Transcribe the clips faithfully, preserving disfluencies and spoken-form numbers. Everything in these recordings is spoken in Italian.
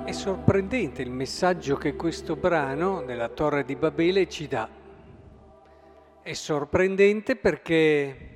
È sorprendente il messaggio che questo brano della Torre di Babele ci dà. È sorprendente perché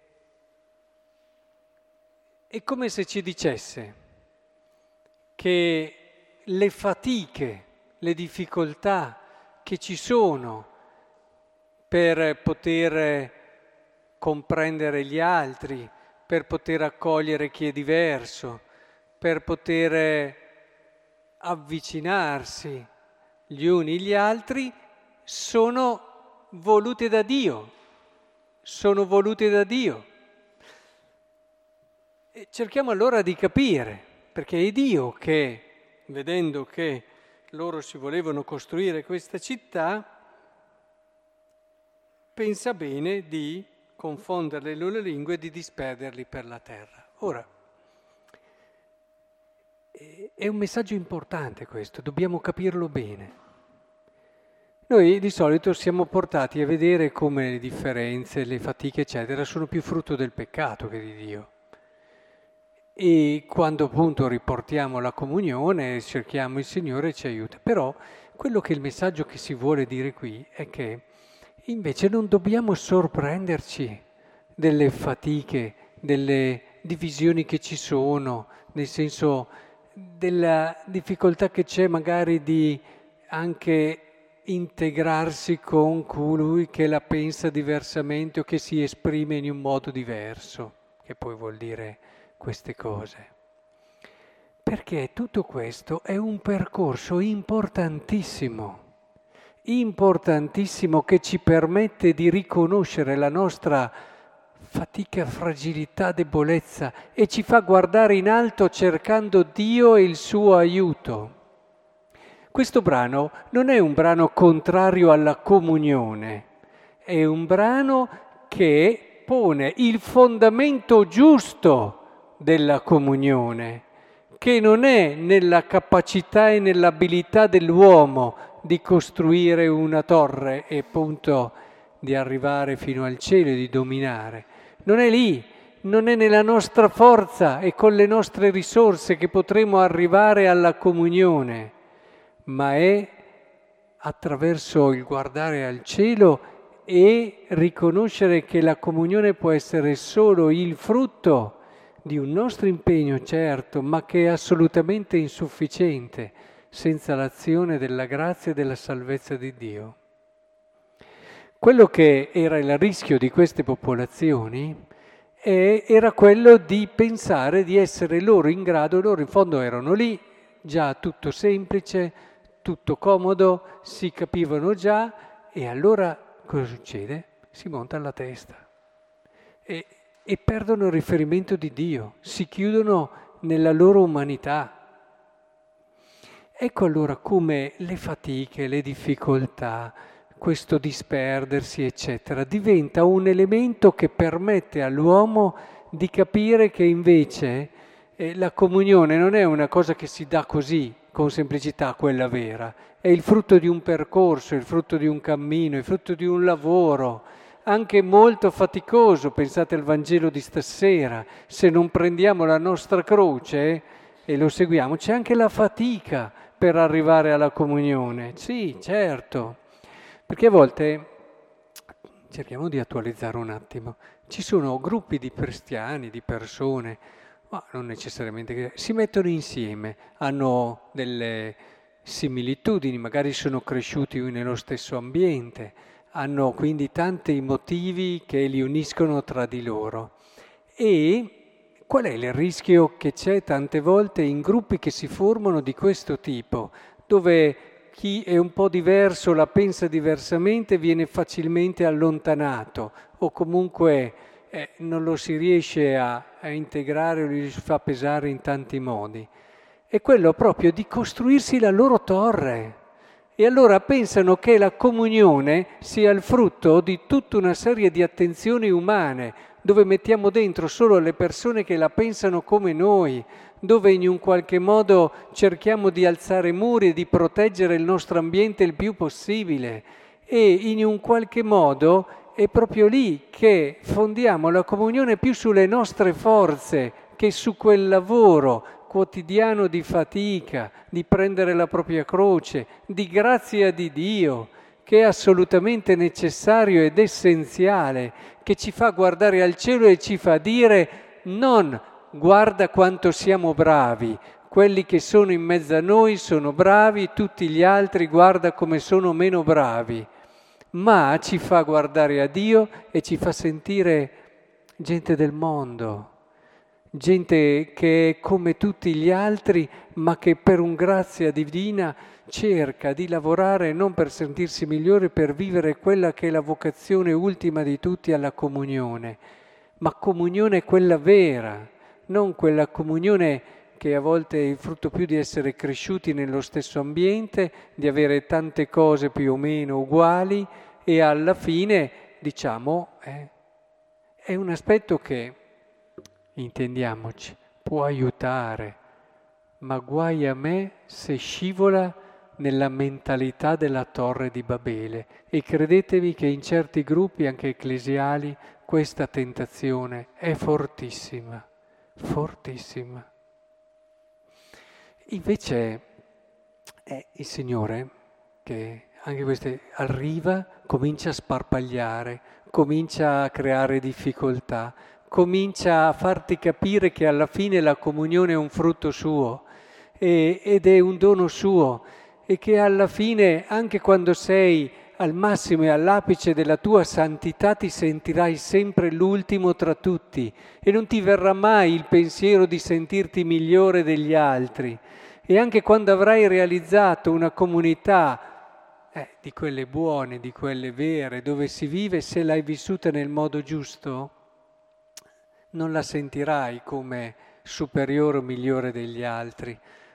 è come se ci dicesse che le fatiche, le difficoltà che ci sono per poter comprendere gli altri, per poter accogliere chi è diverso, per poter avvicinarsi gli uni gli altri, sono volute da Dio, sono volute da Dio. E cerchiamo allora di capire, perché è Dio che, vedendo che loro si volevano costruire questa città, pensa bene di confondere le loro lingue e di disperderli per la terra. Ora, è un messaggio importante questo, dobbiamo capirlo bene. Noi di solito siamo portati a vedere come le differenze, le fatiche, eccetera, sono più frutto del peccato che di Dio. E quando appunto riportiamo la comunione, cerchiamo il Signore ci aiuta. Però quello che è il messaggio che si vuole dire qui è che invece non dobbiamo sorprenderci delle fatiche, delle divisioni che ci sono, nel senso della difficoltà che c'è magari di anche integrarsi con colui che la pensa diversamente o che si esprime in un modo diverso, che poi vuol dire queste cose. Perché tutto questo è un percorso importantissimo, importantissimo che ci permette di riconoscere la nostra fatica, fragilità, debolezza e ci fa guardare in alto cercando Dio e il suo aiuto. Questo brano non è un brano contrario alla comunione, è un brano che pone il fondamento giusto della comunione, che non è nella capacità e nell'abilità dell'uomo di costruire una torre e appunto di arrivare fino al cielo e di dominare. Non è lì, non è nella nostra forza e con le nostre risorse che potremo arrivare alla comunione, ma è attraverso il guardare al cielo e riconoscere che la comunione può essere solo il frutto di un nostro impegno, certo, ma che è assolutamente insufficiente senza l'azione della grazia e della salvezza di Dio. Quello che era il rischio di queste popolazioni eh, era quello di pensare di essere loro in grado, loro in fondo erano lì, già tutto semplice, tutto comodo, si capivano già e allora cosa succede? Si monta alla testa e, e perdono il riferimento di Dio, si chiudono nella loro umanità. Ecco allora come le fatiche, le difficoltà, questo disperdersi, eccetera, diventa un elemento che permette all'uomo di capire che invece eh, la comunione non è una cosa che si dà così, con semplicità, quella vera. È il frutto di un percorso, è il frutto di un cammino, è il frutto di un lavoro, anche molto faticoso. Pensate al Vangelo di stasera, se non prendiamo la nostra croce eh, e lo seguiamo, c'è anche la fatica per arrivare alla comunione. Sì, certo. Perché a volte, cerchiamo di attualizzare un attimo, ci sono gruppi di cristiani, di persone, ma non necessariamente che si mettono insieme, hanno delle similitudini, magari sono cresciuti nello stesso ambiente, hanno quindi tanti motivi che li uniscono tra di loro. E qual è il rischio che c'è tante volte in gruppi che si formano di questo tipo, dove chi è un po' diverso, la pensa diversamente, viene facilmente allontanato o comunque eh, non lo si riesce a, a integrare o li si fa pesare in tanti modi. È quello proprio di costruirsi la loro torre. E allora pensano che la comunione sia il frutto di tutta una serie di attenzioni umane, dove mettiamo dentro solo le persone che la pensano come noi, dove in un qualche modo cerchiamo di alzare muri e di proteggere il nostro ambiente il più possibile. E in un qualche modo è proprio lì che fondiamo la comunione più sulle nostre forze che su quel lavoro quotidiano di fatica, di prendere la propria croce, di grazia di Dio, che è assolutamente necessario ed essenziale, che ci fa guardare al cielo e ci fa dire non guarda quanto siamo bravi, quelli che sono in mezzo a noi sono bravi, tutti gli altri guarda come sono meno bravi, ma ci fa guardare a Dio e ci fa sentire gente del mondo, gente che è come tutti gli altri, ma che per un grazia divina cerca di lavorare non per sentirsi migliore, per vivere quella che è la vocazione ultima di tutti alla comunione, ma comunione quella vera, non quella comunione che a volte è il frutto più di essere cresciuti nello stesso ambiente, di avere tante cose più o meno uguali e alla fine, diciamo, eh, è un aspetto che, intendiamoci, può aiutare, ma guai a me se scivola nella mentalità della Torre di Babele. E credetemi che in certi gruppi, anche ecclesiali, questa tentazione è fortissima, fortissima. Invece è il Signore che anche queste arriva, comincia a sparpagliare, comincia a creare difficoltà, comincia a farti capire che alla fine la comunione è un frutto suo e, ed è un dono suo e che alla fine, anche quando sei al massimo e all'apice della tua santità, ti sentirai sempre l'ultimo tra tutti e non ti verrà mai il pensiero di sentirti migliore degli altri. E anche quando avrai realizzato una comunità eh, di quelle buone, di quelle vere, dove si vive, se l'hai vissuta nel modo giusto, non la sentirai come superiore o migliore degli altri,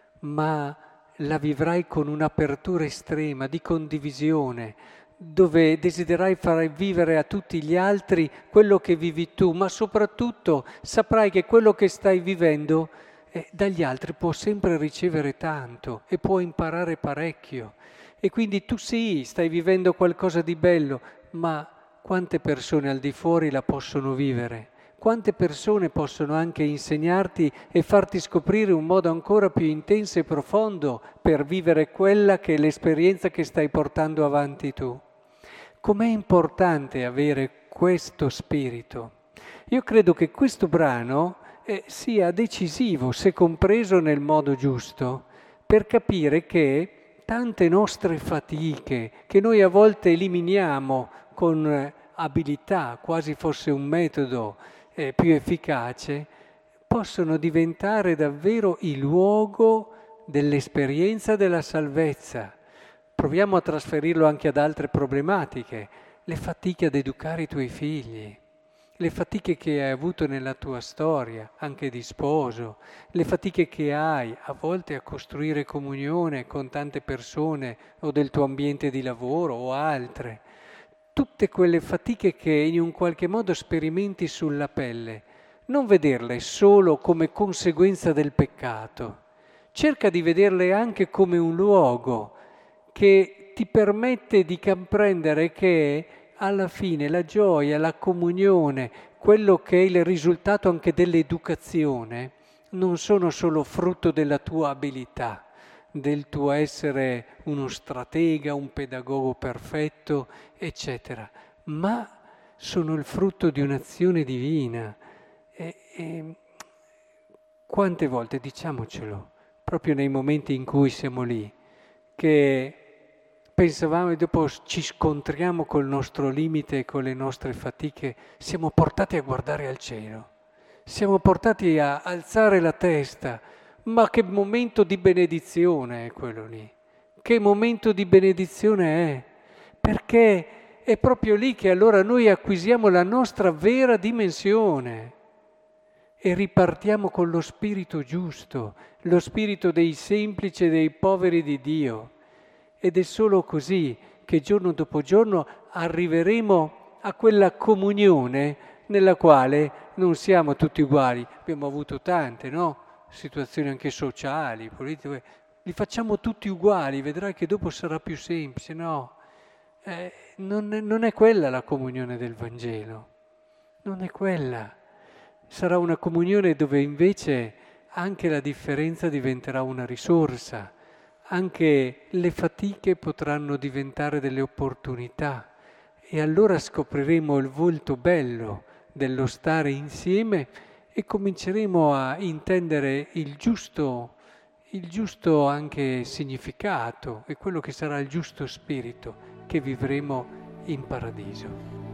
ma la vivrai con un'apertura estrema di condivisione, dove desiderai far vivere a tutti gli altri quello che vivi tu, ma soprattutto saprai che quello che stai vivendo eh, dagli altri può sempre ricevere tanto e può imparare parecchio. E quindi tu sì, stai vivendo qualcosa di bello, ma quante persone al di fuori la possono vivere? Quante persone possono anche insegnarti e farti scoprire un modo ancora più intenso e profondo per vivere quella che è l'esperienza che stai portando avanti tu? Com'è importante avere questo spirito? Io credo che questo brano eh, sia decisivo, se compreso nel modo giusto, per capire che tante nostre fatiche, che noi a volte eliminiamo con eh, abilità, quasi fosse un metodo eh, più efficace, possono diventare davvero il luogo dell'esperienza della salvezza. Proviamo a trasferirlo anche ad altre problematiche, le fatiche ad educare i tuoi figli, le fatiche che hai avuto nella tua storia, anche di sposo, le fatiche che hai a volte a costruire comunione con tante persone o del tuo ambiente di lavoro o altre. Tutte quelle fatiche che in un qualche modo sperimenti sulla pelle, non vederle solo come conseguenza del peccato, cerca di vederle anche come un luogo che ti permette di comprendere che alla fine la gioia, la comunione, quello che è il risultato anche dell'educazione, non sono solo frutto della tua abilità, del tuo essere uno stratega, un pedagogo perfetto, eccetera, ma sono il frutto di un'azione divina. E, e quante volte, diciamocelo, proprio nei momenti in cui siamo lì, che pensavamo e dopo ci scontriamo col nostro limite e con le nostre fatiche, siamo portati a guardare al cielo, siamo portati a alzare la testa, ma che momento di benedizione è quello lì, che momento di benedizione è, perché è proprio lì che allora noi acquisiamo la nostra vera dimensione e ripartiamo con lo spirito giusto, lo spirito dei semplici e dei poveri di Dio. Ed è solo così che giorno dopo giorno arriveremo a quella comunione nella quale non siamo tutti uguali. Abbiamo avuto tante, no? Situazioni anche sociali, politiche. Li facciamo tutti uguali, vedrai che dopo sarà più semplice. No, eh, non, è, non è quella la comunione del Vangelo. Non è quella. Sarà una comunione dove invece anche la differenza diventerà una risorsa, anche le fatiche potranno diventare delle opportunità e allora scopriremo il volto bello dello stare insieme e cominceremo a intendere il giusto, il giusto anche significato e quello che sarà il giusto spirito che vivremo in paradiso.